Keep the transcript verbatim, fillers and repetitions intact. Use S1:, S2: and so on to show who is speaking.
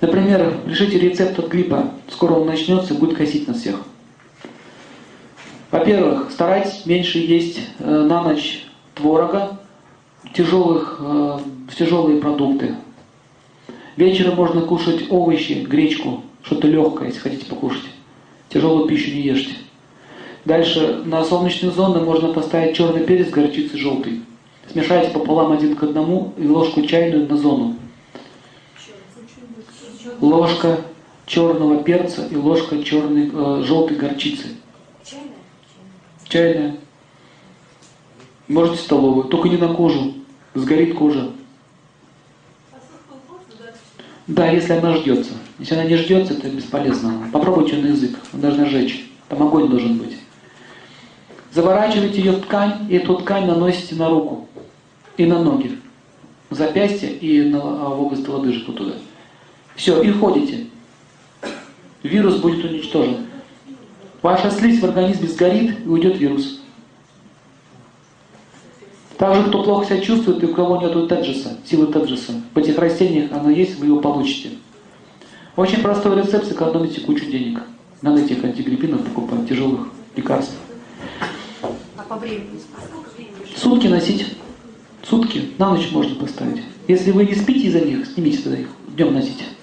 S1: Например, пишите рецепт от гриппа. Скоро он начнется и будет косить нас всех. Во-первых, старайтесь меньше есть э, на ночь творога, тяжелых, э, тяжелые продукты. Вечером можно кушать овощи, гречку, что-то легкое, если хотите покушать. Тяжелую пищу не ешьте. Дальше на солнечные зоны можно поставить черный перец, горчицей, желтый. Смешайте пополам один к одному и ложку чайную на зону. Ложка черного перца и ложка черной, э, желтой горчицы. Чайная. Можете столовую, только не на кожу. Сгорит кожа. Да, если она ждется. Если она не ждется, это бесполезно. Попробуйте на язык, он должен жечь. Там огонь должен быть. Заворачивайте ее в ткань, и эту ткань наносите на руку и на ноги. В запястье и на, в область лодыжек вот туда. Все, и ходите. Вирус будет уничтожен. Ваша слизь в организме сгорит, и уйдет вирус. Также, кто плохо себя чувствует, и у кого нету теджеса, силы теджеса, в этих растениях оно есть, вы его получите. Очень простой рецепт, сэкономите кучу денег. Надо этих антигриппинов покупать, тяжелых лекарств.
S2: А по времени?
S1: Сутки носить. Сутки. На ночь можно поставить. Если вы не спите из-за них, снимите тогда их. Днем носите.